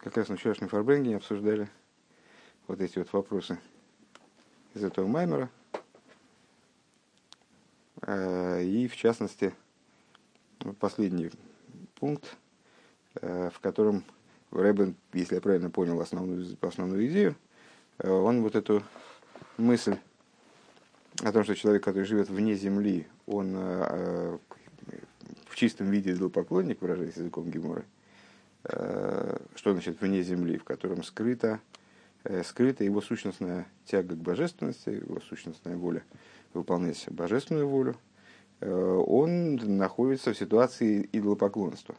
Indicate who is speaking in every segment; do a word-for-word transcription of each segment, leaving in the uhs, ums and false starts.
Speaker 1: как раз на вчерашнем фарбренге обсуждали вот эти вот вопросы из этого маймера. И в частности, последний пункт, в котором Ребен, если я правильно понял основную, основную идею, он вот эту мысль о том, что человек, который живет вне земли, он в чистом виде идолопоклонник, выражаясь языком Геморы, что значит вне земли, в котором скрыта, скрыта его сущностная тяга к божественности, его сущностная воля выполнять божественную волю, он находится в ситуации идолопоклонства.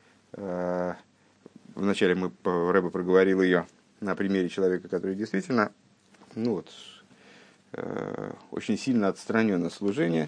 Speaker 1: Вначале мы, Рэбе проговорил ее на примере человека, который действительно ну вот, очень сильно отстранен от служения,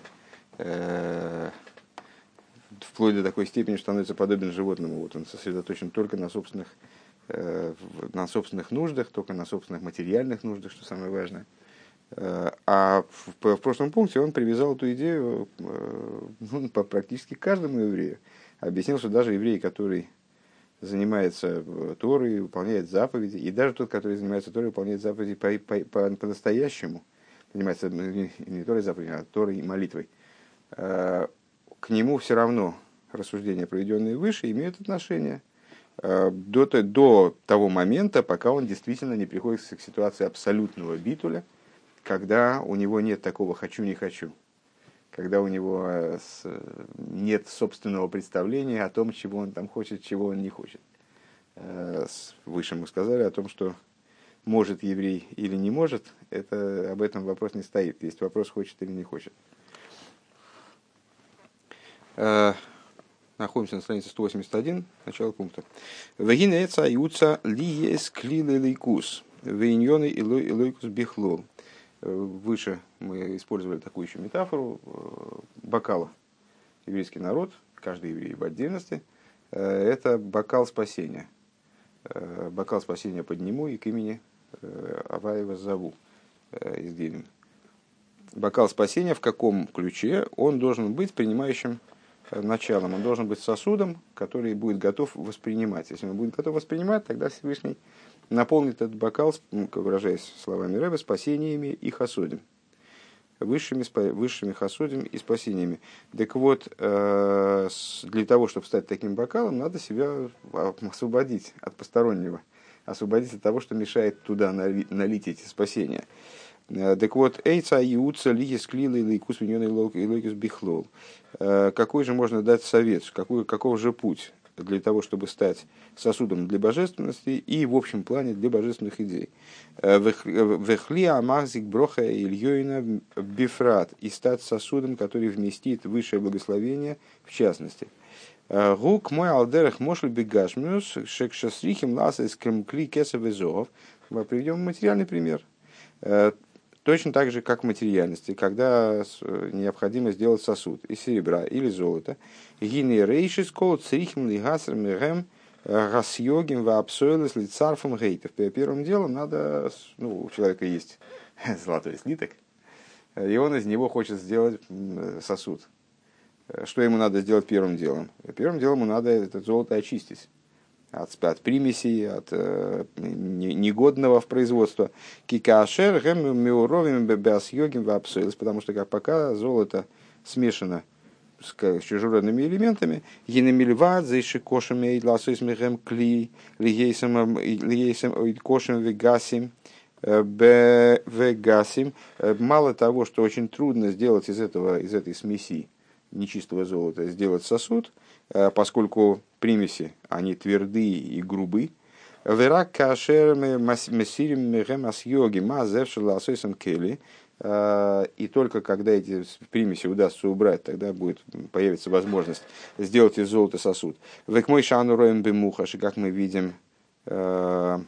Speaker 1: вплоть до такой степени, что становится подобен животному. Вот он сосредоточен только на собственных, на собственных нуждах, только на собственных материальных нуждах, что самое важное. А в, в прошлом пункте он привязал эту идею ну, практически к каждому еврею. Объяснил, что даже еврей, который занимается Торой, выполняет заповеди, и даже тот, который занимается Торой, выполняет заповеди по, по, по, по-настоящему, занимается не, не Торой заповедью, а Торой и молитвой, к нему все равно рассуждения, проведенные выше, имеют отношение до, до того момента, пока он действительно не приходит к ситуации абсолютного битуля, когда у него нет такого «хочу, не хочу», когда у него нет собственного представления о том, чего он там хочет, чего он не хочет. Выше мы сказали о том, что может еврей или не может, это, об этом вопрос не стоит. Есть вопрос, хочет или не хочет. Находимся на странице сто восемьдесят один, начало пункта. «Вегинеца юца лиес клилы лейкус, вейньоны илойкус бихлол». Выше мы использовали такую еще метафору бокала. Еврейский народ, каждый еврей в отдельности, это бокал спасения. Бокал спасения подниму и к имени Аваева зову из Гелем. Бокал спасения в каком ключе? Он должен быть принимающим началом. Он должен быть сосудом, который будет готов воспринимать. Если он будет готов воспринимать, тогда Всевышний наполнит этот бокал, выражаясь словами Ребе, спасениями и хасодим. Высшими, высшими хасодим и спасениями. Так вот, для того, чтобы стать таким бокалом, надо себя освободить от постороннего. Освободить от того, что мешает туда налить эти спасения. Так вот, эйца иуца лиес клилы лейкус виньоны лойкус бихлол. Какой же можно дать совет, какой, каков же путь для того, чтобы стать сосудом для божественности и в общем плане для божественных идей? Вехли амахзик броха ильёйна бифрат, и стать сосудом, который вместит высшее благословение в частности. Гук мой алдерах мошль бегашмиус шекшасрихим ласэс кэмкли кесавезов. Мы приведем материальный пример. Точно так же, как в материальности, когда необходимо сделать сосуд из серебра или золота. Гини рейшис кол црихим лигасрам гэм расьогим ваапсойлес лицарфом гейтов. Первым делом надо, ну, у человека есть золотой слиток, и он из него хочет сделать сосуд. Что ему надо сделать первым делом? Первым делом ему надо это золото очистить от, от примесей, от э, негодного в производство. Кикашер гэм меуровим беасьогим ваапсойлес, потому что как пока золото смешано с, с чужеродными элементами, гинемильвад зайши кошами и ласойсмихэм кли лиейсам кошем вегасим вегасим. Мало того, что очень трудно сделать из этого, из этой смеси нечистого золота, сделать сосуд, поскольку примеси, они твердые и грубы. Верак кашер мессирим мехэм асьоги мазевшила асойсам кели. И только когда эти примеси удастся убрать, тогда будет появится возможность сделать из золота сосуд. Век мой шану роем бемухаш, и как мы видим, как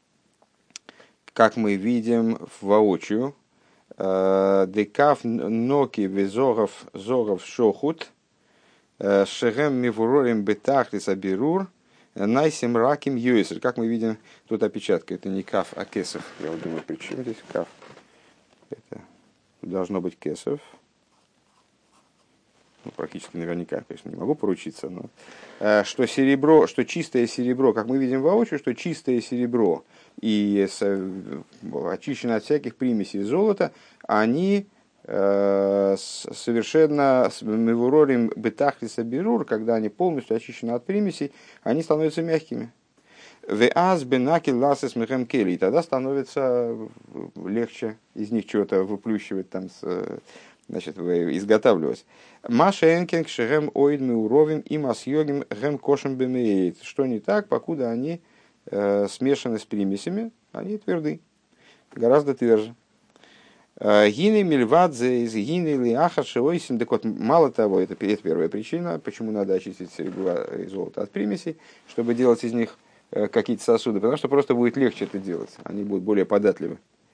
Speaker 1: мы видим воочию, декав ноки везоров зоров шохут шерем мивурорим бетахлис абирур найсим раким юэсер. Как мы видим, тут опечатка, это не каф, а кесов. Я вот думаю, при чем здесь каф? Это должно быть кесов. ну, практически наверняка, конечно, не могу поручиться, но э, что серебро, что чистое серебро, как мы видим воочию, что чистое серебро и с, очищено от всяких примесей золота, они э, совершенно мевурорим бетахлиса бирур, когда они полностью очищены от примесей, они становятся мягкими. Веаз бенаки ласес мехем кели, и тогда становится легче из них чего-то выплющивать, там, с, значит, изготавливать. Маша энкинг шерем оид меуровим и масьогим гем кошем бемеет. Что не так, покуда они э, смешаны с примесями, они тверды, гораздо тверже. Гины мильвадзе из гины лиаха шиойсин. Так вот, мало того, это, это первая причина, почему надо очистить серебро и золото от примесей, чтобы делать из них какие-то сосуды, потому что просто будет легче это делать, они будут более податливы.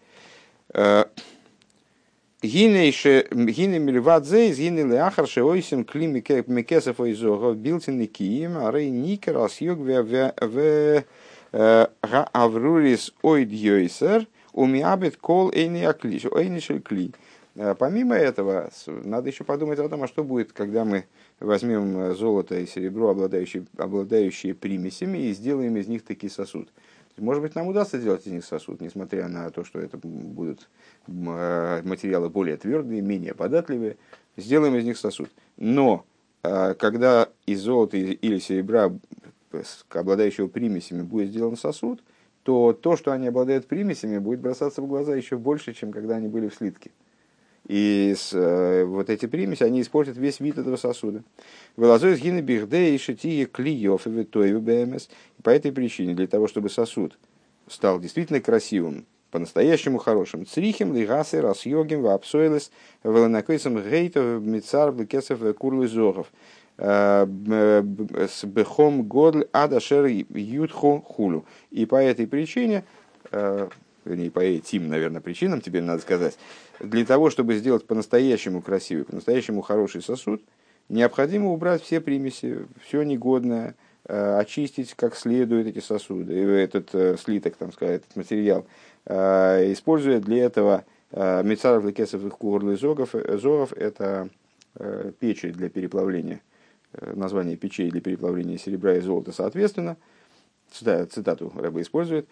Speaker 1: Гины мильвадзе из гины лиахар шиойсин кли микесов ойзогов билтин и киим, а рей никер асьёг в аврурис ойдьёйсер умиабит кол эйнишель кли. Помимо этого, надо еще подумать о том, а что будет, когда мы возьмем золото и серебро, обладающие, обладающие примесями, и сделаем из них такие сосуд. Может быть, нам удастся сделать из них сосуд, несмотря на то, что это будут материалы более твердые, менее податливые, сделаем из них сосуд. Но когда из золота или серебра, обладающего примесями, будет сделан сосуд, то то, что они обладают примесями, будет бросаться в глаза еще больше, чем когда они были в слитке. И с, э, вот эти примеси, они испортят весь вид этого сосуда. Вылазой из гины бигде и шитие клиев и витоев бмс. И по этой причине, для того, чтобы сосуд стал действительно красивым, по-настоящему хорошим, црихим, лигасы, расьогим, вапсойлес, веланакойсом гейтов, мицар, блекесов, курлызогов. С бехом годль адашер ютху хулю. И по этой причине, вернее, по этим, наверное, причинам, теперь надо сказать, для того, чтобы сделать по-настоящему красивый, по-настоящему хороший сосуд, необходимо убрать все примеси, все негодное, очистить как следует эти сосуды, этот слиток, там сказать, этот материал, используя для этого мицаров, лекесов и курлызогов. Зогов — это печи для переплавления, название печей для переплавления серебра и золота соответственно. Сюда цитату Рэбе использует,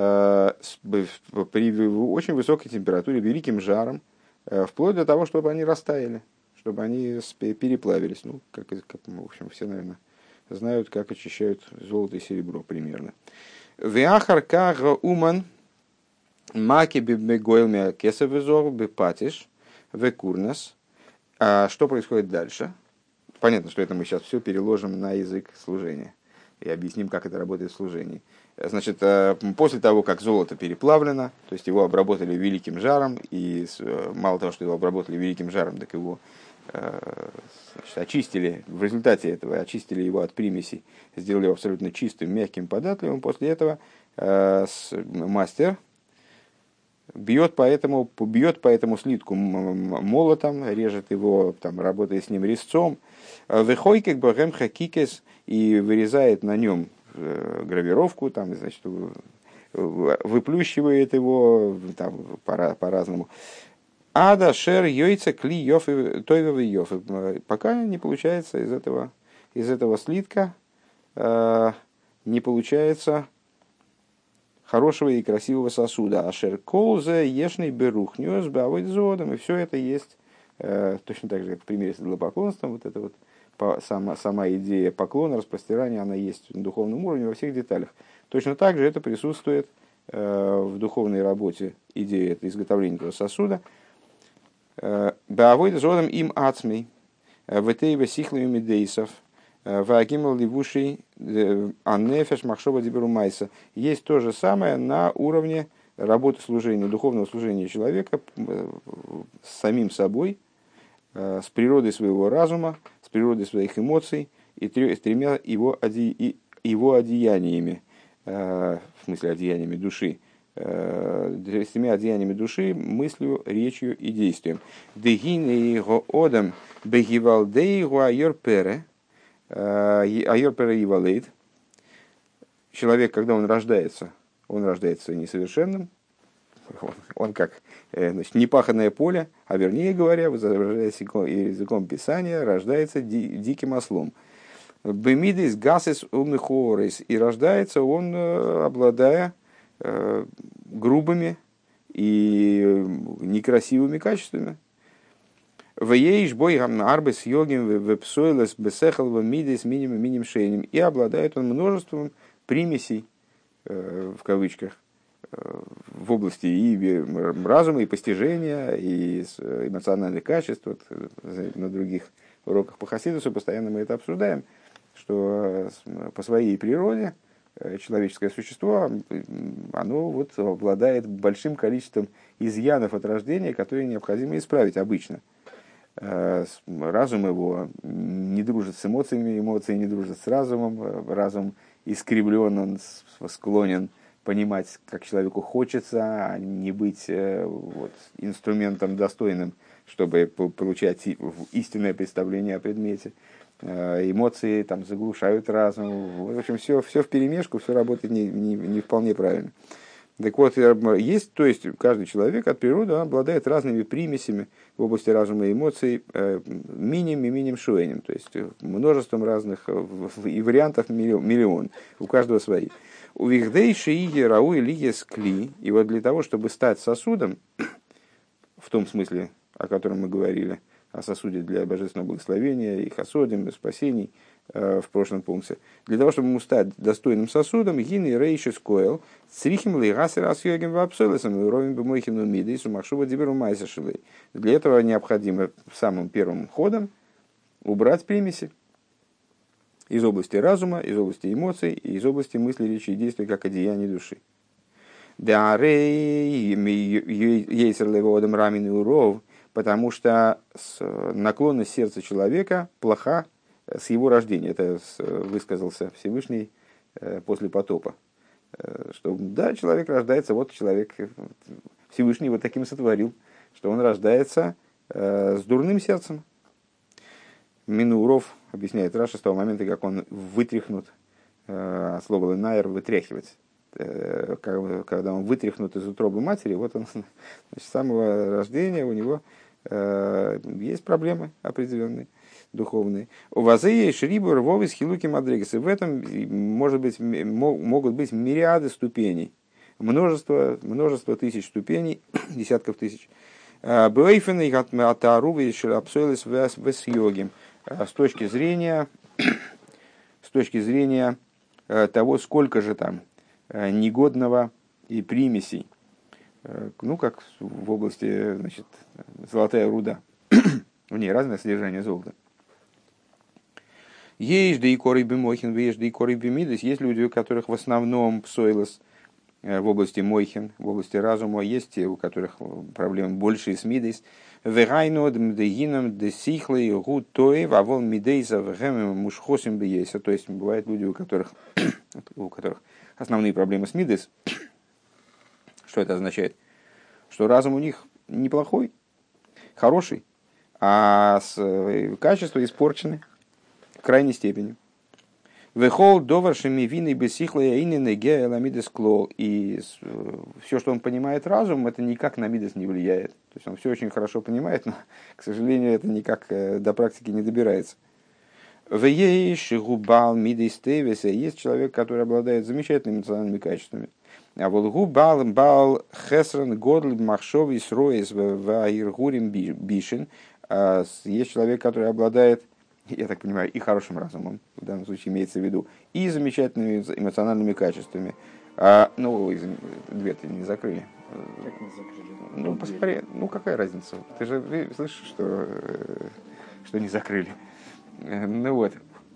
Speaker 1: при очень высокой температуре, великим жаром, вплоть до того, чтобы они растаяли, чтобы они переплавились. Ну, как, как в общем, все, наверное, знают, как очищают золото и серебро примерно. Веахар кага уман маки бегойлмя кесавезор бепатиш векурнас. Что происходит дальше? Понятно, что это мы сейчас все переложим на язык служения и объясним, как это работает в служении. Значит, после того, как золото переплавлено, то есть его обработали великим жаром, и мало того, что его обработали великим жаром, так его значит, очистили, в результате этого очистили его от примесей, сделали его абсолютно чистым, мягким, податливым. После этого мастер бьет по этому, бьет по этому слитку молотом, режет его, там, работая с ним резцом, выхойкик богем хакикес, и вырезает на нем гравировку, там, значит, выплющивает его там, по, по-разному. Ада шер йойца кли йофы тойвовы йофы. Пока не получается из этого, из этого слитка э, не получается хорошего и красивого сосуда. А шер колзе ешный берух нес бавой зодом. И все это есть э, точно так же, как в примере с идолопоклонством. Вот это вот по, сама, сама идея поклона, распростирания, она есть на духовном уровне во всех деталях. Точно так же это присутствует э, в духовной работе идея изготовления этого сосуда. Баавой зодом им ацмей, вэтейва сихлами дейсов, ваагимал ливушей аннефеш махшова диберу майса. Есть то же самое на уровне работы служения, духовного служения человека с самим собой, с природой своего разума, с природой своих эмоций и с тремя его, оде... его одеяниями, в смысле одеяниями души, с тремя одеяниями души, мыслью, речью и действием. Дегине его одам бегивалдей гуайорпере, айорпере ивалейт. Человек, когда он рождается, он рождается несовершенным, он, он как значит, непаханное поле, а вернее говоря, выражаясь языком Писания, рождается ди, диким ослом. Бемидис гасис умных орис, и рождается он, обладая э, грубыми и некрасивыми качествами. Вееш бой арбес йогим вепсойлес бесехал вемидис миним миним шейним, и обладает он множеством примесей, э, в кавычках, э, в области и разума, и постижения, и эмоциональных качеств. Вот, на других уроках по Хасидусу постоянно мы это обсуждаем, что по своей природе человеческое существо, оно вот обладает большим количеством изъянов от рождения, которые необходимо исправить обычно. Разум его не дружит с эмоциями, эмоции не дружат с разумом, разум искривлен, он склонен понимать, как человеку хочется, а не быть вот, инструментом достойным, чтобы получать истинное представление о предмете. Эмоции там заглушают разум. В общем, все, все вперемешку, все работает не, не, не вполне правильно. Так вот, есть, то есть каждый человек от природы обладает разными примесями в области разума и эмоций, миним и миним шуэнем, то есть множеством разных и вариантов миллион, у каждого свои. У вихдейши и рау и лигес кли, и вот для того, чтобы стать сосудом, в том смысле, о котором мы говорили, о сосуде для божественного благословения, и хасодим, и спасений э, в прошлом пункте. Для того, чтобы ему стать достойным сосудом, гин и рейшис коэл, црихим ли гасер асьогим вапсолесом, и ровим бы мойхину мидей, сумахшува диберу майсашилей. Для этого необходимо самым первым ходом убрать примеси из области разума, из области эмоций, и из области мысли, речи и действий, как одеяний души. Да рей ейсер леводом рамин и уров, потому что наклонность сердца человека плоха с его рождения. Это высказался Всевышний после потопа. Что да, человек рождается, вот человек, Всевышний его таким сотворил, что он рождается с дурным сердцем. Минуров объясняет Раша с того момента, как он вытряхнут, слово «ленайр» вытряхивать. Когда он вытряхнут из утробы матери, вот он, значит, с самого рождения у него э, есть проблемы определенные, духовные. У вазея шрибур вовис хилуки мадригас. И в этом может быть, могут быть мириады ступеней, множество, множество тысяч ступеней, десятков тысяч. Бейфен и атарувы шрапсойлес вес йогим. С точки зрения, с точки зрения того, сколько же там негодного и примесей, ну, как в области, значит, золотая руда, в ней разное содержание золота. Есть да и корей бимохин, есть да и корей бимидес, есть люди, у которых в основном псойлос в области мойхин, в области разума, есть те, у которых проблемы больше с мидес. Вегайно дмдегином десихлей гутоев, а вол мидейса вегемем мушхосим бейса. То есть бывают люди, у которых, у которых основные проблемы с мидес. Что это означает? Что разум у них неплохой, хороший, а качества испорчены в крайней степени. Вехол доваршими вины бесихлая и ненеге ламидес клол. И все, что он понимает разум, это никак на мидес не влияет. То есть он все очень хорошо понимает, но, к сожалению, это никак до практики не добирается. Вееш губал мидес тевеса. Есть человек, который обладает замечательными эмоциональными качествами. А вот губал бал хесран годль махшови сроис ваиргурим бишин. Есть человек, который обладает, я так понимаю, и хорошим разумом, в данном случае имеется в виду, и замечательными эмоциональными качествами. А, ну, дверь-то не закрыли.
Speaker 2: Как не закрыли?
Speaker 1: Ну, посмотри, ну какая разница? Ты же слышишь, что, что не закрыли. Ну вот.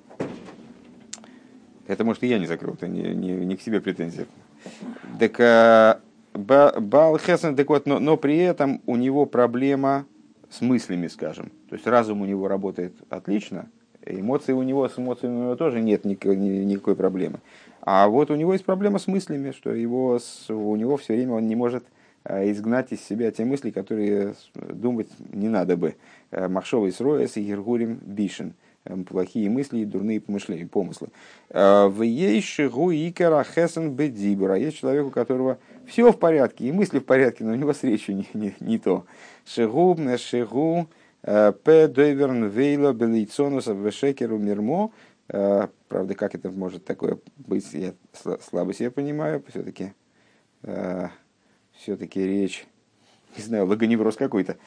Speaker 1: Это, может, и я не закрыл, это не, не, не к себе претензия. Так, а, Баал Хесен, так вот, но, но при этом у него проблема с мыслями, скажем. То есть разум у него работает отлично, эмоции у него, с эмоциями у него тоже нет никакой, никакой проблемы. А вот у него есть проблема с мыслями, что его, у него все время он не может изгнать из себя те мысли, которые думать не надо бы. Махшовый сроес и гергурим бишен. плохие мысли и дурные помышления, помыслы. В ей шигу икера хесен бедибра. Есть человек, у которого все в порядке, и мысли в порядке, но у него с речью не, не, не то. Шигу, шигу, п доверн вейло белейцонуса вешекеру мирмо. Правда, как это может такое быть, я слабо себе понимаю. Все-таки, все-таки речь, не знаю, логоневроз какой-то.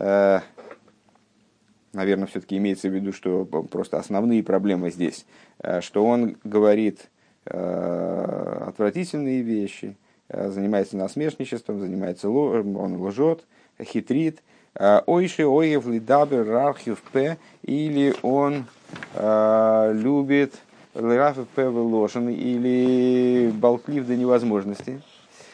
Speaker 1: Наверное, все-таки имеется в виду, что просто основные проблемы здесь, что он говорит э, отвратительные вещи, э, занимается насмешничеством, занимается ло, он лжет, хитрит. Ойши оев лидабер рархив п, или он э, любит рархив п велошен, или болтлив до невозможности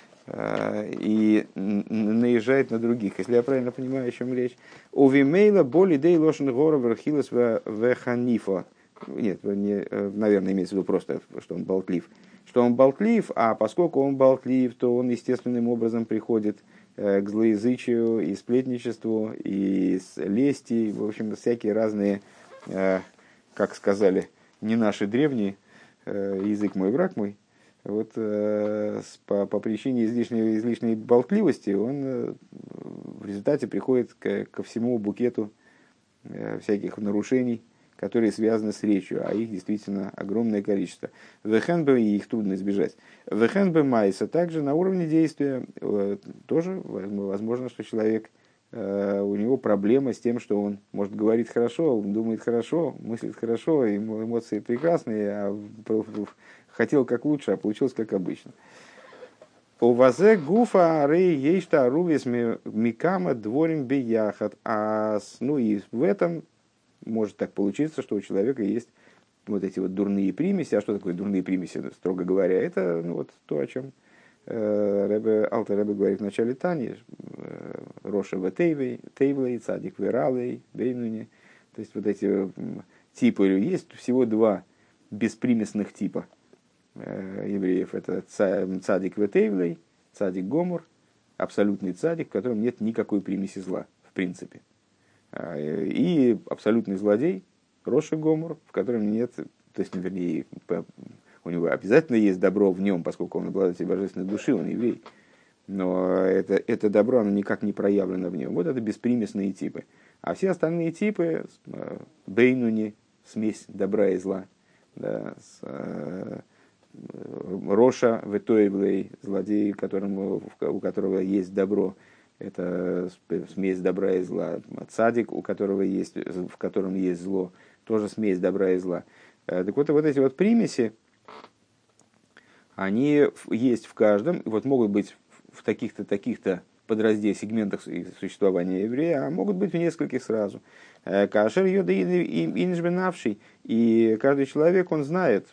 Speaker 1: и наезжает на других. Если я правильно понимаю, о чем речь. У Вимейла боли дей лошен гора верхилас в ханифа. Нет, не, наверное, имеется в виду просто, что он болтлив. Что он болтлив, а поскольку он болтлив, то он естественным образом приходит к злоязычию и сплетничеству, и лести, в общем, всякие разные, как сказали, не наши древние, язык мой, враг мой. Вот э, по, по причине излишней, излишней болтливости он э, в результате приходит к, ко всему букету э, всяких нарушений, которые связаны с речью, а их действительно огромное количество. Вехенбе, и их трудно избежать. Вехенбе майса также на уровне действия э, тоже возможно, что человек, э, у него проблема с тем, что он может говорить хорошо, думает хорошо, мыслит хорошо, ему эмоции прекрасные, а хотел как лучше, а получилось как обычно. У вазе гуфа рей ейшта арувис микама дворим бияхат. А ну и в этом может так получиться, что у человека есть вот эти вот дурные примеси. А что такое дурные примеси, строго говоря? Это ну, вот то, о чем Ребе, Алтер Ребе говорит в начале Тани. Роша в Тейвлей, Цадик Вералей, Бейнуни. То есть вот эти типы, есть всего два беспримесных типа евреев. Это цадик ветейвлей, цадик гомор, абсолютный цадик, в котором нет никакой примеси зла, в принципе. И абсолютный злодей, Роша гомор, в котором нет, то есть, вернее, у него обязательно есть добро в нем, поскольку он обладатель божественной души, он еврей. Но это, это добро, оно никак не проявлено в нем. Вот это беспримесные типы. А все остальные типы, бейнуни, смесь добра и зла, да, с, Роша ветоевлей, злодей, которому, у которого есть добро, это смесь добра и зла. Цадик, у которого есть, в котором есть зло, тоже смесь добра и зла. Так вот, вот эти вот примеси, они есть в каждом, вот могут быть в таких-то, таких-то подразделах, сегментах существования еврея, а могут быть в нескольких сразу. Кашер йода инжбенавший, и каждый человек, он знает,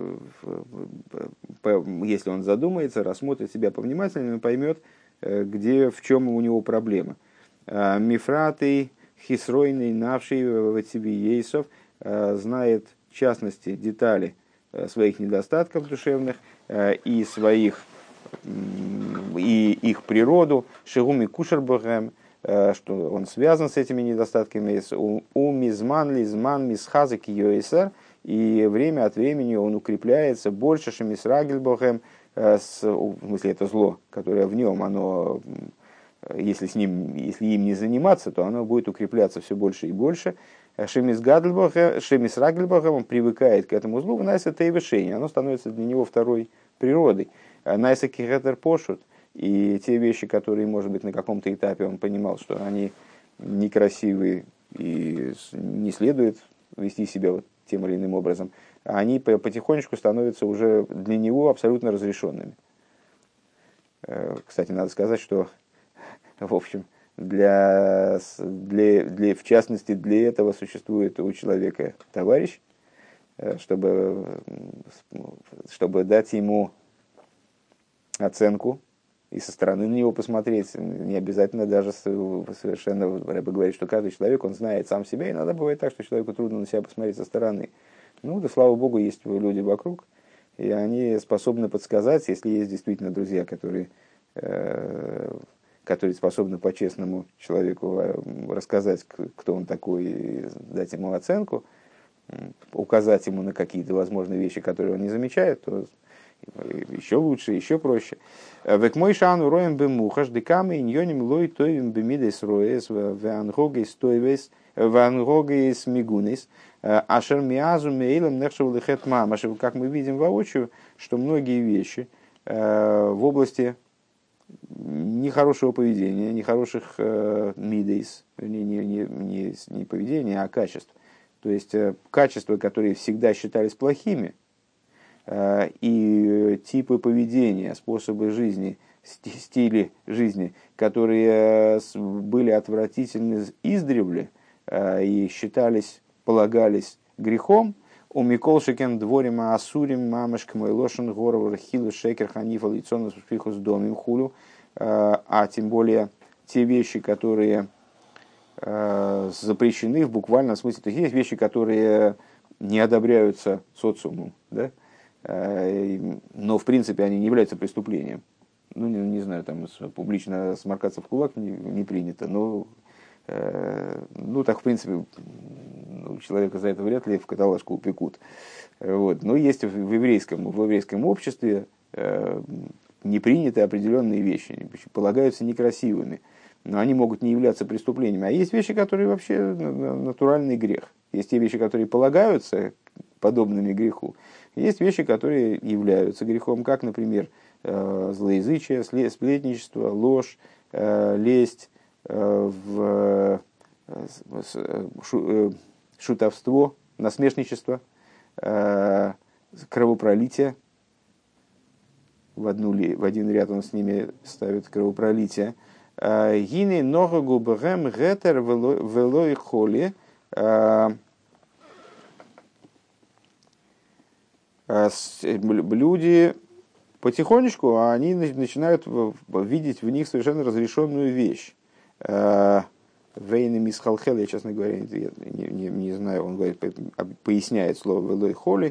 Speaker 1: если он задумается, рассмотрит себя повнимательнее, он поймет, где, в чем у него проблема. Мифратый, хисройный, навший в тебе ейсов, знает в частности детали своих недостатков душевных и своих и их природу, шигуми кушербогем, что он связан с этими недостатками, у мизман лизман мисхазак йойсер, и время от времени он укрепляется больше шемисрагельбогем, в смысле это зло, которое в нем, оно, если, с ним, если им не заниматься, то оно будет укрепляться все больше и больше. Шемисрагельбогем, он привыкает к этому злу, выносит это и вышение, оно становится для него второй природой. Найса кихетер пошут, и те вещи, которые, может быть, на каком-то этапе он понимал, что они некрасивые и не следует вести себя вот тем или иным образом, они потихонечку становятся уже для него абсолютно разрешенными. Кстати, надо сказать, что, в общем, для, для, для, в частности, для этого существует у человека товарищ, чтобы, чтобы дать ему оценку и со стороны на него посмотреть. Не обязательно даже совершенно, Рэбе говорит, что каждый человек, он знает сам себя, и иногда бывает так, что человеку трудно на себя посмотреть со стороны. Ну, да, слава Богу, есть люди вокруг, и они способны подсказать, если есть действительно друзья, которые, э, которые способны по-честному человеку рассказать, кто он такой, и дать ему оценку, указать ему на какие-то возможные вещи, которые он не замечает, то еще лучше, еще проще. Век мой шану роем бемухаш декамы иньоним лой тоевим бемидес роес в ангогейс тоевес в ангогейс мигунис ашер миазу мейлем нехшев лихет мамаш. Как мы видим воочию, что многие вещи в области нехорошего поведения, нехороших мидейс, не, не, не, не, не поведения, а качеств. То есть качества, которые всегда считались плохими, и типы поведения, способы жизни, стили жизни, которые были отвратительны издревле и считались, полагались грехом, у Микол Шекен дворим асурим мамашк мой лошен горов хилу шекер ханифа лицонус пихус домим хулю, а тем более те вещи, которые запрещены в буквальном смысле. То есть есть вещи, которые не одобряются социумом, да? Но в принципе они не являются преступлением. Ну, не, не знаю, там публично сморкаться в кулак не, не принято, но э, ну, так в принципе ну, человека за это вряд ли в каталажку упекут. Вот. Но есть в, в, еврейском, в еврейском обществе э, не приняты определенные вещи, полагаются некрасивыми, но они могут не являться преступлениями. А есть вещи, которые вообще натуральный грех. Есть те вещи, которые полагаются подобными греху. Есть вещи, которые являются грехом, как, например, злоязычие, сплетничество, ложь, лесть, шутовство, насмешничество, кровопролитие. В, одну, в один ряд он с ними ставит кровопролитие. Гины ногу бгэм гетер велой холи. Люди потихонечку они начинают видеть в них совершенно разрешенную вещь. Вейны мисхалхел, я, честно говоря, не, не, не знаю, он говорит, поясняет слово велой холи.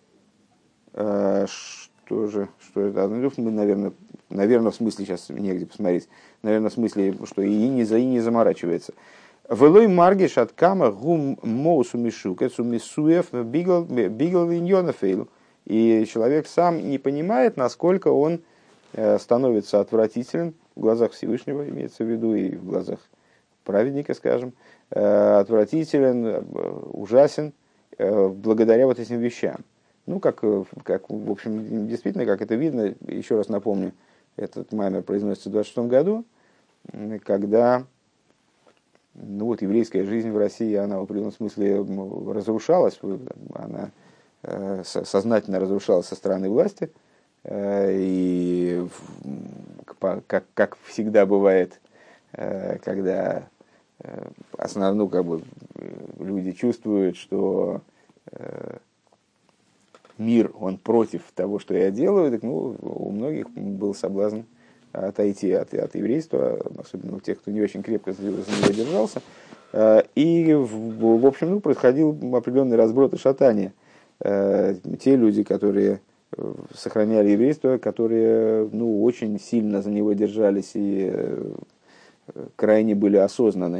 Speaker 1: Что же, что это? Ну, наверное, наверное, в смысле, сейчас негде посмотреть, наверное, в смысле, что и не, за, и не заморачивается. Велой маргиш от кама гум моусу мишука сумисуев бигл бигл виньонафейл. И человек сам не понимает, насколько он становится отвратителен в глазах Всевышнего, имеется в виду, и в глазах праведника, скажем, отвратителен, ужасен благодаря вот этим вещам. Ну, как, как, в общем, действительно, как это видно, еще раз напомню, этот маймер произносится в двадцать шестом году, когда ну, вот, еврейская жизнь в России, она в определенном смысле разрушалась, она сознательно разрушалась со стороны власти, и как, как всегда бывает, когда основном, ну, как бы, люди чувствуют, что мир, он против того, что я делаю, так, ну, у многих был соблазн отойти от, от еврейства, особенно у тех, кто не очень крепко за него держался. И, в, в общем, ну, происходил определенный разброд и шатание. Те люди, которые сохраняли еврейство, которые ну, очень сильно за него держались и крайне были осознаны.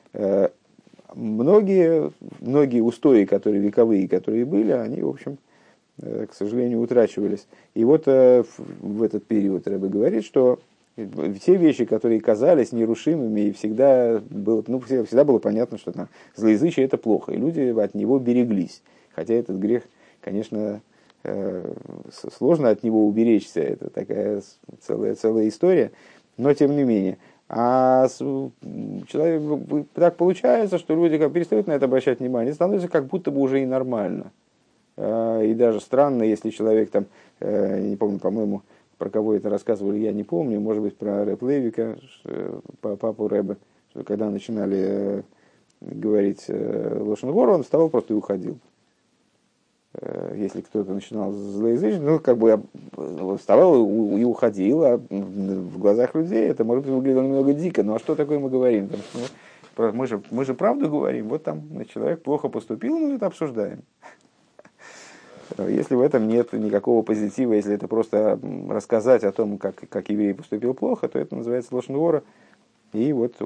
Speaker 1: Многие, многие устои, которые вековые, которые были, они, в общем, к сожалению, утрачивались. И вот в этот период Рэбе говорит, что те вещи, которые казались нерушимыми, и всегда было, ну, всегда было понятно, что там, злоязычие – это плохо, и люди от него береглись. Хотя этот грех, конечно, сложно от него уберечься, это такая целая, целая история, но тем не менее. А человек, так получается, что люди как перестают на это обращать внимание, становится как будто бы уже и нормально. И даже странно, если человек там, не помню, по-моему, про кого это рассказывали, я не помню, может быть, про Рэб Левика, папу Рэба, что когда начинали говорить лошен вор, он вставал просто и уходил. Если кто-то начинал злоязычить, ну, как бы вставал и уходил, а в глазах людей это, может быть, выглядело немного дико. Ну, а что такое мы говорим? Ну, мы, же, мы же правду говорим, вот там человек плохо поступил, мы это обсуждаем. Если в этом нет никакого позитива, если это просто рассказать о том, как, как еврей поступил плохо, то это называется лошен вора. И вот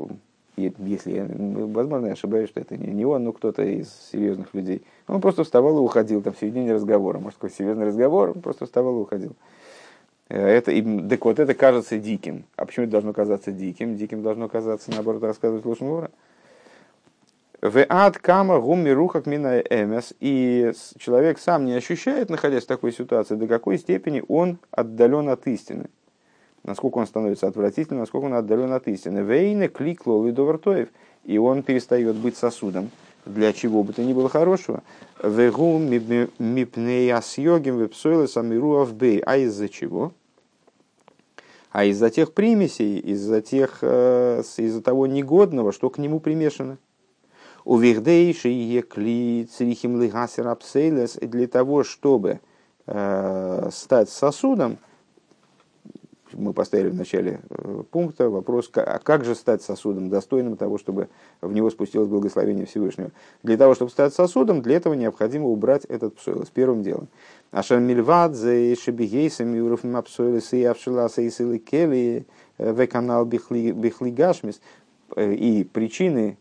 Speaker 1: И если я, возможно, я ошибаюсь, что это не он, но кто-то из серьезных людей. Он просто вставал и уходил там в середине разговора. Может, какой серьезный разговор, он просто вставал и уходил. Это, и, так вот, это кажется диким. А почему это должно казаться диким? Диким должно казаться, наоборот, рассказывать лошадь вора. В ад кама гумми рухак мина эмес. И человек сам не ощущает, находясь в такой ситуации, до какой степени он отдален от истины. Насколько он становится отвратительным, насколько он отдален от истины. Вейне кликло лидовартоев. И он перестает быть сосудом для чего бы то ни было хорошего. Вегу мипнеясьогим вепсойлы самируав бей. А из-за чего? А из-за тех примесей, из-за тех, из-за того негодного, что к нему примешано. У вихдейши екли црихим лигасер апсейлес, для того, чтобы э, стать сосудом, мы поставили в начале пункта вопрос, а как же стать сосудом, достойным того, чтобы в него спустилось благословение Всевышнего. Для того, чтобы стать сосудом, для этого необходимо убрать этот псойлес первым делом. Ашан мильвадзе шебигейсами уровнем апсойлес и авшиласа и силы кели в канал бихлигашмис. И причины,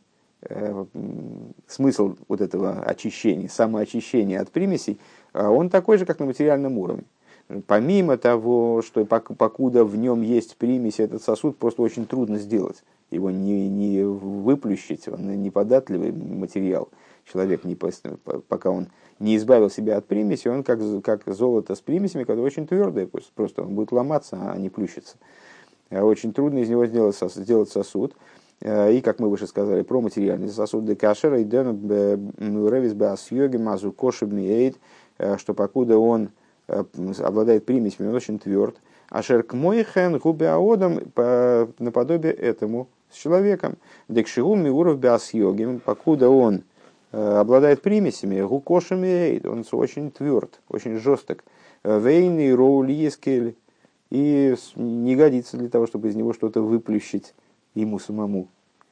Speaker 1: смысл вот этого очищения, самоочищения от примесей, он такой же, как на материальном уровне. Помимо того, что покуда в нем есть примесь, этот сосуд просто очень трудно сделать. Его не, не выплющить, он неподатливый материал. Человек, не, пока он не избавил себя от примеси, он как, как золото с примесями, которое очень твердое, просто он будет ломаться, а не плющиться. Очень трудно из него сделать, сделать сосуд. И, как мы выше сказали, про материальный сосуд декашера и ревис беасьоги мазу кошеб миэйд, что покуда он обладает примесями, он очень тверд. А шерк мойхен губеаодом наподобие этому с человеком. Декшигу миуров беасьоги, покуда он обладает примесями, гукошем миэйд, он очень тверд, очень жесток. Вейный роули ескель, и не годится для того, чтобы из него что-то выплющить ему самому.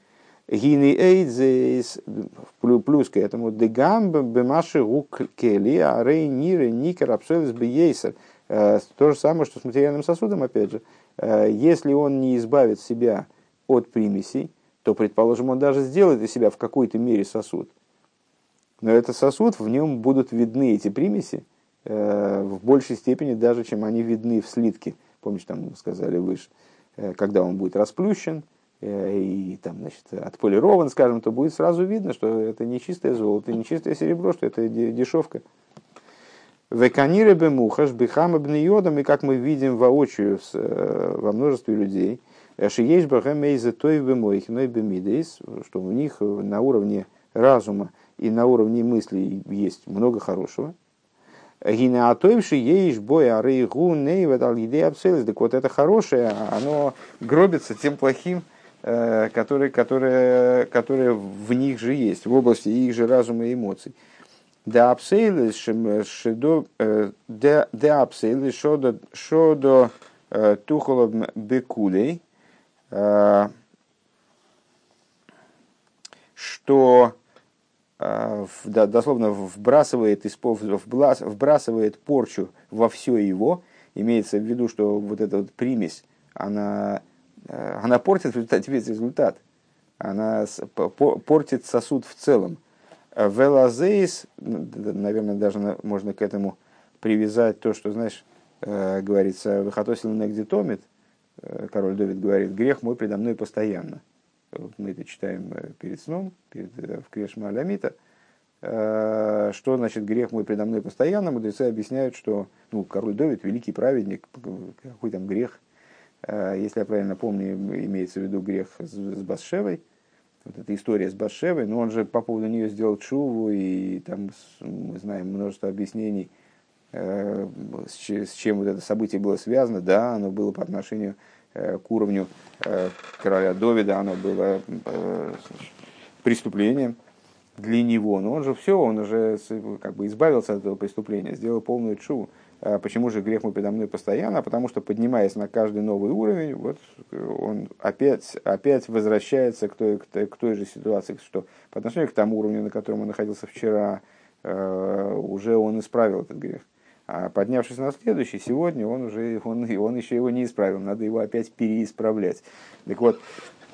Speaker 1: Гини эйдзейс, плюс к этому, дегам бемаши гук кели, а рей нире никер абсолютс бейсер. То же самое, что с материальным сосудом, опять же. Если он не избавит себя от примесей, то, предположим, он даже сделает из себя в какой-то мере сосуд. Но этот сосуд, в нем будут видны эти примеси в большей степени даже, чем они видны в слитке. Помнишь, там сказали выше, когда он будет расплющен и там, значит, отполирован, скажем, то будет сразу видно, что это не чистое золото, не чистое серебро, что это дешевка. Веканиры бемухаш бихама бнеодом, и как мы видим воочию во множестве людей, шиеш бахамейзе той бемойхиной бемидейс, что у них на уровне разума и на уровне мыслей есть много хорошего. Гинеатойвши еиш бой арейгу нейведал идея абсолютно. Так вот, это хорошее, оно гробится тем плохим, которые, которые, которые в них же есть, в области их же разума и эмоций. Да апсейлы шедо да апсейлы шодо шодо тухоло бекулей, что дословно вбрасывает, вбрасывает порчу во все его. Имеется в виду, что вот эта вот примесь, она, она портит в результате весь результат. Она портит сосуд в целом. Велазейс, наверное, даже можно к этому привязать то, что, знаешь, говорится, «Вахатосил негдитомит», король Давид говорит, «Грех мой предо мной постоянно». Вот мы это читаем перед сном, перед, в Крешма Алямита. Что значит грех мой предо мной постоянно? Мудрецы объясняют, что ну, король Давид великий праведник, какой там грех. Если я правильно помню, имеется в виду грех с, с Батшевой. Вот эта история с Батшевой, но он же по поводу нее сделал тшуву, и там мы знаем множество объяснений, с чем вот это событие было связано. Да, оно было по отношению к уровню короля Давида, оно было преступлением для него. Но он же все, он уже как бы избавился от этого преступления, сделал полную тшуву. Почему же грех мой предо мной постоянно? Потому что, поднимаясь на каждый новый уровень, вот он опять, опять возвращается к той, к, той, к той же ситуации, что по отношению к тому уровню, на котором он находился вчера, уже он исправил этот грех. А поднявшись на следующий, сегодня он уже он, он еще его не исправил, надо его опять переисправлять. Так вот,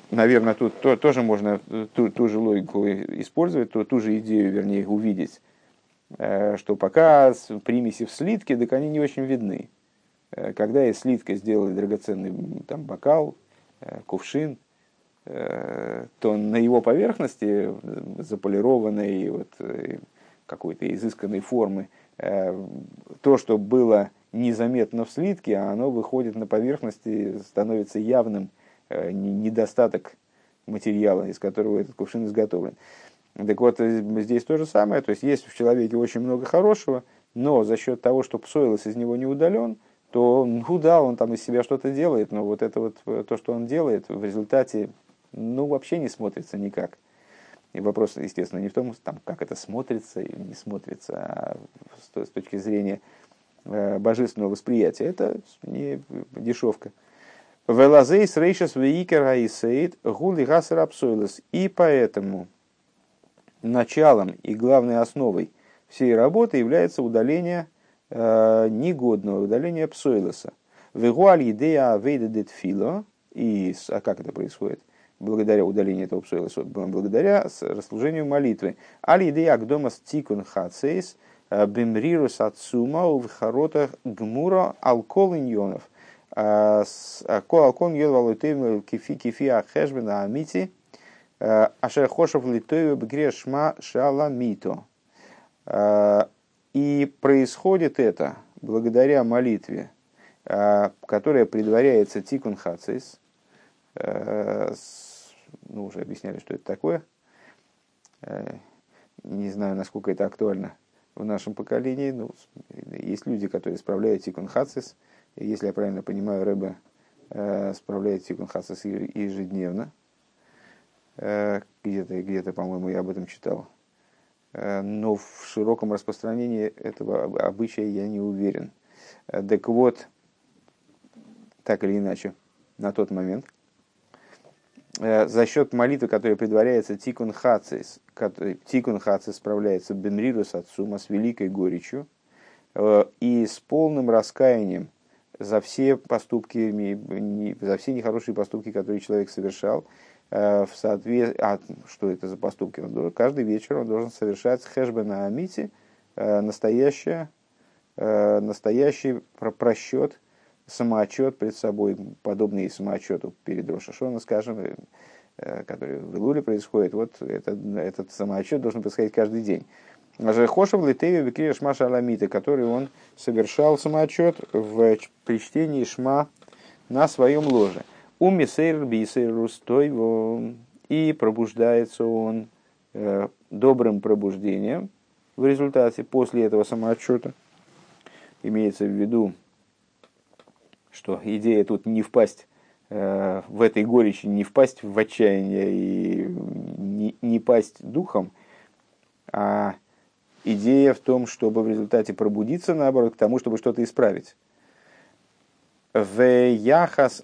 Speaker 1: наверное, тут то, тоже можно ту, ту же логику использовать, ту, ту же идею, вернее, увидеть, что пока примеси в слитке, так они не очень видны. Когда из слитка сделали драгоценный там, бокал, кувшин, то на его поверхности, заполированной вот, какой-то изысканной формы, то, что было незаметно в слитке, оно выходит на поверхность и становится явным недостаток материала, из которого этот кувшин изготовлен. Так вот, здесь то же самое, то есть есть в человеке очень много хорошего, но за счет того, что псоилос из него не удален, то, ну да, он там из себя что-то делает, но вот это вот то, что он делает, в результате, ну, вообще не смотрится никак. И вопрос, естественно, не в том, там, как это смотрится или не смотрится, а с точки зрения божественного восприятия. Это не дешевка. Велазейс рейшас веикер аисейд гули гасер апсойлес. И поэтому началом и главной основой всей работы является удаление э, негодного, удаление псойлеса. Вегуаль идея вейдедет фило. И а как это происходит? Благодаря удалению этого псойлеса, благодаря расслужению молитвы. Аль идея агдомас тикун хацейс бимрирус ацума увхарота гмура алкол иньонов. Алкол иньон валутейм кифи кифи ахешбена амити. Ашер хошев литоева бгрешма шаламито. И происходит это благодаря молитве, которая предваряется тикун хацис. Ну, уже объясняли, что это такое. Не знаю, насколько это актуально в нашем поколении. Ну, есть люди, которые справляют тикун хацис. Если я правильно понимаю, Рэбе справляет тикун хацис ежедневно. Где-то, где-то, по-моему, я об этом читал. Но в широком распространении этого обычая я не уверен. Так вот, так или иначе, на тот момент, за счет молитвы, которая предваряется тикун хацис, тикун хацис справляется бенрирус ацума, с великой горечью и с полным раскаянием за все поступки, за все нехорошие поступки, которые человек совершал, в соответ... а, что это за поступки? Он должен... Каждый вечер он должен совершать хэшбена амити, настоящий, настоящий просчет, самоотчет перед собой, подобный самоотчету перед Рош ха-Шана, скажем, который в Илуле происходит. Вот этот, этот самоотчет должен происходить каждый день. Хошев литеви бекрия шма шаламита, который он совершал самоотчет в, при чтении шма на своем ложе. Умисейр бисейр рустой, и пробуждается он э, добрым пробуждением в результате, после этого самоотчета. Имеется в виду, что идея тут не впасть э, в этой горечи, не впасть в отчаяние и не, не пасть духом, а идея в том, чтобы в результате пробудиться, наоборот, к тому, чтобы что-то исправить. Веяхем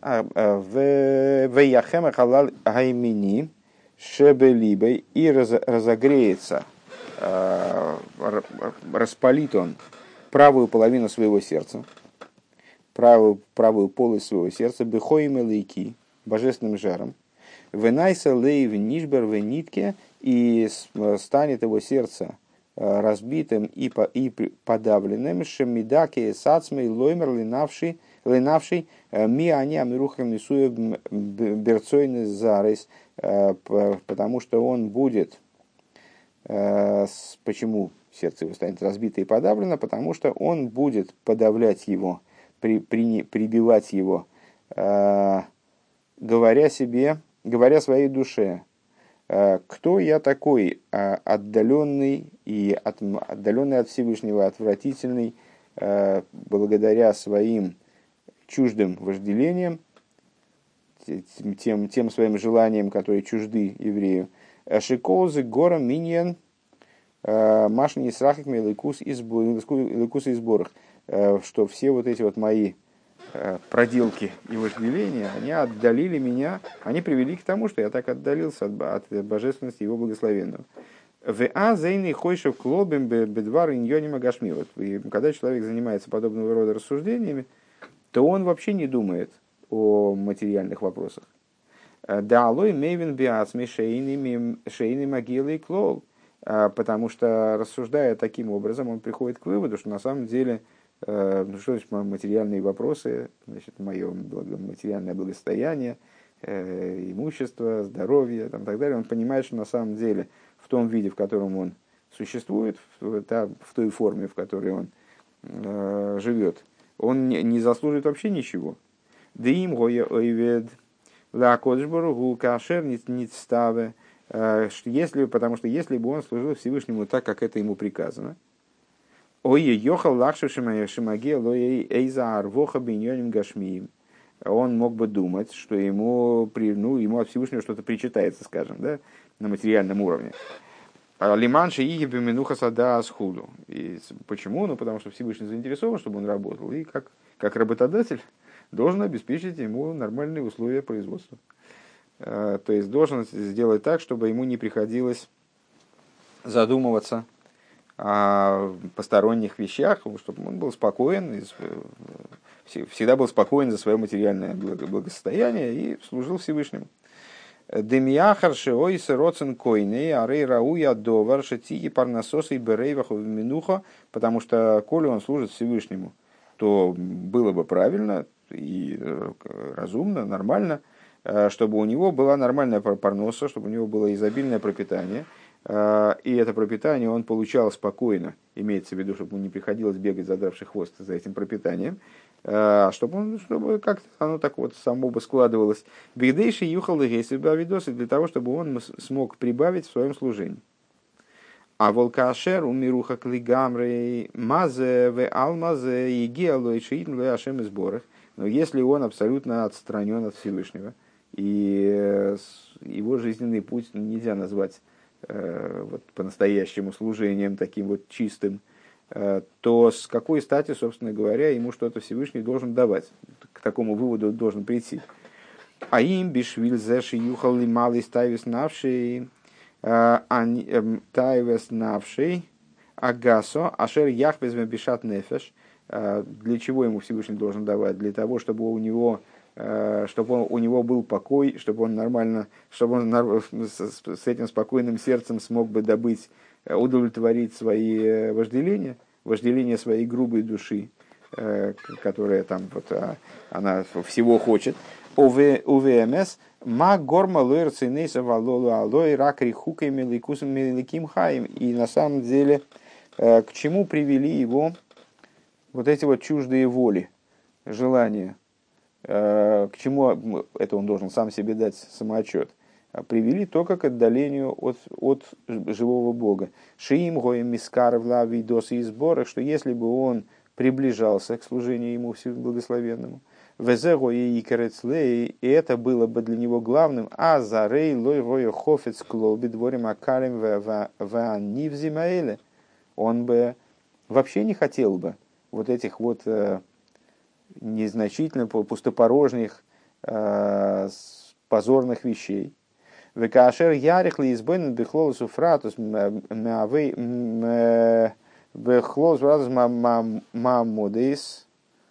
Speaker 1: халал гаймини шебелибой, и разогреется, распалит он правую половину своего сердца, правую, правую полость своего сердца, бехоим элейки, божественным жаром, венайса лейв нишбер венитке, и станет его сердце разбитым и, по, и подавленным, шемидаки сацмей лоймер линавший Ленавший ми они амирухам несуя берцойны зарис, потому что он будет, почему сердце его станет разбито и подавлено, потому что он будет подавлять его, при, при, прибивать его, говоря себе, говоря своей душе, кто я такой, отдаленный и от, отдаленный от Всевышнего, отвратительный, благодаря своим чуждым вожделением, тем, тем своим желаниям, которые чужды еврею. Шиколзы гора миньян машни срахик меликус из сборах, что все вот эти вот мои проделки и вожделения, они отдалили меня, они привели к тому, что я так отдалился от, от божественности его благословенного. В зейный хойшев клобим бедвар иньонима гашмивот. И когда человек занимается подобного рода рассуждениями, то он вообще не думает о материальных вопросах. Да, алой мейвен биацми шейни могилы и клол. Потому что, рассуждая таким образом, он приходит к выводу, что на самом деле, ну, что значит материальные вопросы, значит, мое материальное благосостояние, имущество, здоровье, там, и так далее, он понимает, что на самом деле в том виде, в котором он существует, в, та, в той форме, в которой он э, живет, он не, не заслуживает вообще ничего. Дим гоя ойвед ла кодшбургу кашер нит ставе. Если, потому что если бы он служил Всевышнему так, как это ему приказано, ой йохал лахшу шимаге лой эйза арвоха биньоним гашмиим, он мог бы думать, что ему, ну, ему от Всевышнего что-то причитается, скажем, да, на материальном уровне. Лиманши и минуха сада асхуду. И почему? Ну, потому что Всевышний заинтересован, чтобы он работал, и как, как работодатель должен обеспечить ему нормальные условия производства. То есть должен сделать так, чтобы ему не приходилось задумываться о посторонних вещах, чтобы он был спокоен, всегда был спокоен за свое материальное благосостояние и служил Всевышнему. Демьяхар шеой сыроцен койней, арей рауя довар шетии парнасосы берейваху в минуха, потому что, коли он служит Всевышнему, то было бы правильно и разумно, нормально, чтобы у него была нормальная парноса, чтобы у него было изобильное пропитание, и это пропитание он получал спокойно, имеется в виду, чтобы ему не приходилось бегать, задравший хвост за этим пропитанием, чтобы, он, чтобы как-то оно так вот само бы складывалось. Бигдейши юхал и видосы для того, чтобы он смог прибавить в своем служении. А волкашер умируха клигамрей мазе в алмазе и геалой шиитн леашем и сборах. Но если он абсолютно отстранен от Всевышнего, и его жизненный путь нельзя назвать э, вот, по-настоящему служением таким вот чистым, э, то с какой стати, собственно говоря, ему что-то Всевышний должен давать? К такому выводу должен прийти. А им бишвиль зеши юхал ли малый ставис навший, тайвес навший, агасо, ашер яхвез бешат нефеш. Для чего ему Всевышний должен давать? Для того, чтобы у него, чтобы он, у него был покой, чтобы он нормально, чтобы он с этим спокойным сердцем смог бы добыть, удовлетворить свои вожделения, вожделения своей грубой души, которая там вот, она всего хочет. УВМС ма горма лойр цинейса валолу алой ракри хукой меликусом меликим хаим. И на самом деле к чему привели его вот эти вот чуждые воли, желания, к чему это он должен сам себе дать самоотчет, привели только к отдалению от, от живого Бога. Шиим гоем мискар в лави досы и сборах, что если бы он приближался к служению ему Благословенному, везего и икарецлей, и это было бы для него главным, а зарей лой рою хофец клоби дворим акалим в нивзимаэле, он бы вообще не хотел бы вот этих вот э, незначительно пустопорожних, э, позорных вещей. Векашер ярихли избойн бехлолосу фратус мавей бехлолосу фратус мамодейс.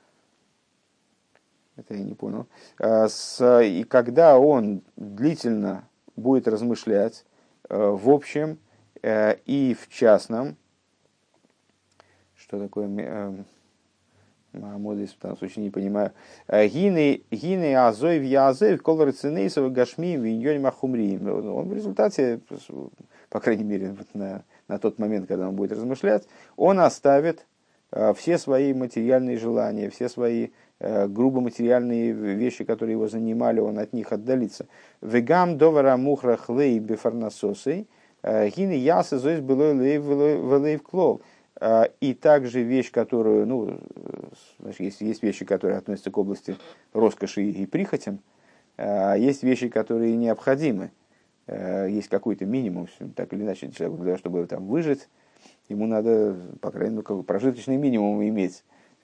Speaker 1: Это я не понял. И когда он длительно будет размышлять в общем и в частном, что такое Мамодис, в данном случае не понимаю. Гины гины азой в язы в колор ценейсов гашми в иньонь махумри. Он в результате, по крайней мере, вот на, на тот момент, когда он будет размышлять, он оставит все свои материальные желания, все свои грубо материальные вещи, которые его занимали, он от них отдалится. Вегам довара мухра хлей бефарнасосой гины ясы зоис было лейв клол. И также вещь, которую, ну, значит, есть, есть вещи, которые относятся к области роскоши и прихотям, есть вещи, которые необходимы, есть какой-то минимум, так или иначе, человеку, для того, чтобы там выжить, ему надо, по крайней мере, ну, прожиточный минимум иметь.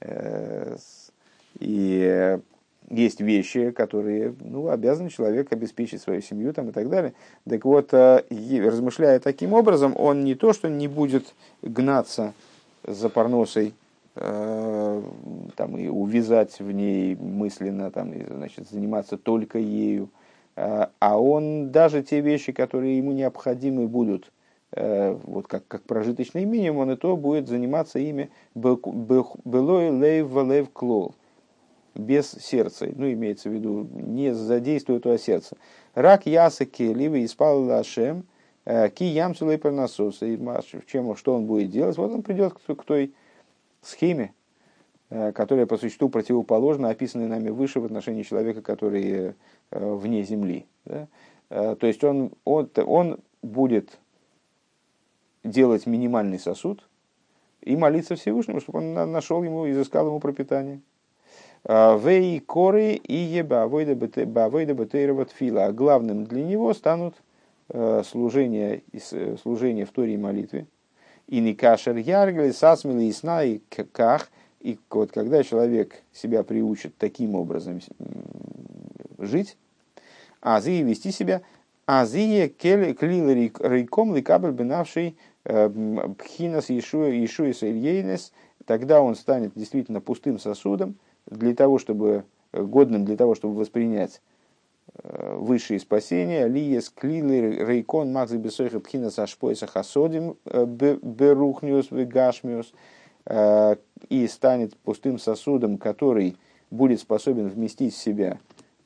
Speaker 1: И есть вещи, которые, ну, обязан человек обеспечить свою семью там, и так далее. Так вот, размышляя таким образом, он не то, что не будет гнаться за парносой, э, там, и увязать в ней мысленно, там, и, значит, заниматься только ею, А он даже те вещи, которые ему необходимы будут, вот как, как прожиточный минимум, он и то будет заниматься ими «белой лейв лейв клол», без сердца, ну, имеется в виду, не задействуя этого сердца. Рак ясаки, либо испал лашем, ки ямсулей парнасос, чем, что он будет делать? Вот он придет к, к той схеме, которая по существу противоположна описанной нами выше в отношении человека, который вне земли. Да? То есть он, он, он будет делать минимальный сосуд и молиться Всевышнему, чтобы он нашел ему, изыскал ему пропитание. Вей коры и еба войда бетейрова тфила. А главным для него станут служение, служение в Торе и молитве. И не кашер яргли, сасмили и сна и ках. И вот когда человек себя приучит таким образом жить, азии вести себя, азии клил рейком ликабель бенавший пхинас Иешуа Сельейнес, тогда он станет действительно пустым сосудом, для того, чтобы, годным для того, чтобы воспринять высшие спасения, лиес клилы рейкон макс бесойха пхинас ашпойса хасодим берухниус вегашмиус, и станет пустым сосудом, который будет способен вместить в себя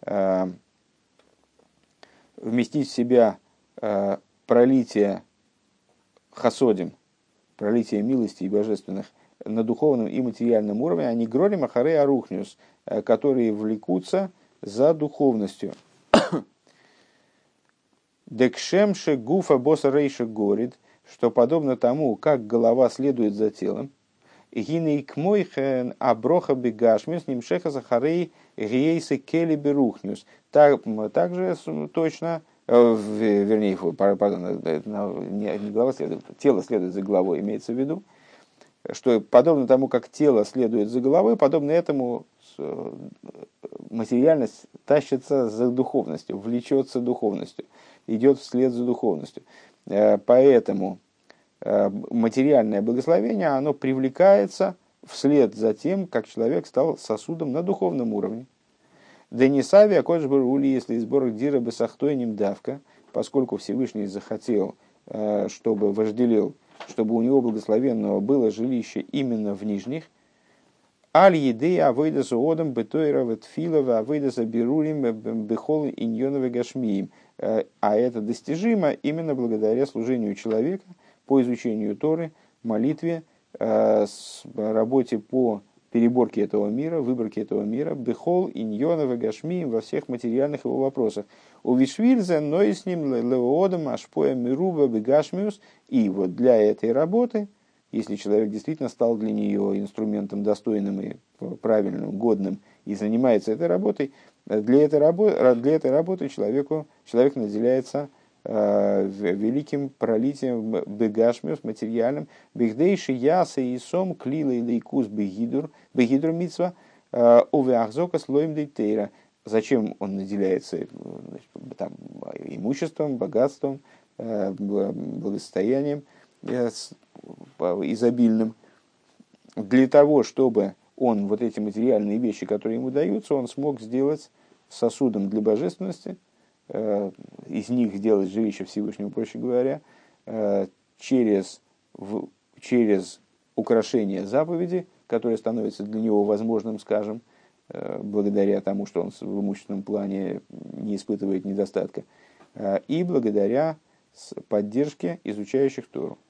Speaker 1: вместить в себя пролитие хасодим, пролитие милости и божественных на духовном и материальном уровне, они гроли махары арухниус, которые влекутся за духовностью. Декшемше гуфа босса рейша горит, что подобно тому, как голова следует за телом, гинейк мойхен аброха бегашмиус нимшеха захарей гейсы кели берухниус. Также точно, вернее, пардон, не голова следует, тело следует за головой, имеется в виду, что подобно тому, как тело следует за головой, подобно этому материальность тащится за духовностью, влечется духовностью, идет вслед за духовностью. Поэтому материальное благословение, оно привлекается вслед за тем, как человек стал сосудом на духовном уровне. Денисави, а кодж барули, если сбор дира бесахтойним давка, поскольку Всевышний захотел, чтобы вожделел, чтобы у него благословенного было жилище именно в нижних, аль еды авойда суодом бетойра ветфилова авойда берурим бехол иньонове гашмиим. А это достижимо именно благодаря служению человека по изучению Торы, молитве, работе по переборке этого мира, выборке этого мира, бехол иньонове гашмиим во всех материальных его вопросах. У вишвильзе, но и с ним леодом ашпоя мирува бегашмиус. И вот для этой работы, если человек действительно стал для нее инструментом достойным и правильным, годным, и занимается этой работой, для этой работы, для этой работы человеку, человек наделяется э, великим пролитием бегашмиус, материальным, бигдейши яса и сом клила и лейкус бегидур, бегидур митсва, увеахзока слоем дейтейра. Зачем он наделяется, значит, там, имуществом, богатством, э, благосостоянием э, изобильным? Для того, чтобы он вот эти материальные вещи, которые ему даются, он смог сделать сосудом для божественности, э, из них сделать жилище Всевышнего, проще говоря, э, через, в, через украшение заповеди, которое становится для него возможным, скажем, э, благодаря тому, что он в имущественном плане не испытывает недостатка, э, и благодаря поддержке изучающих Тору.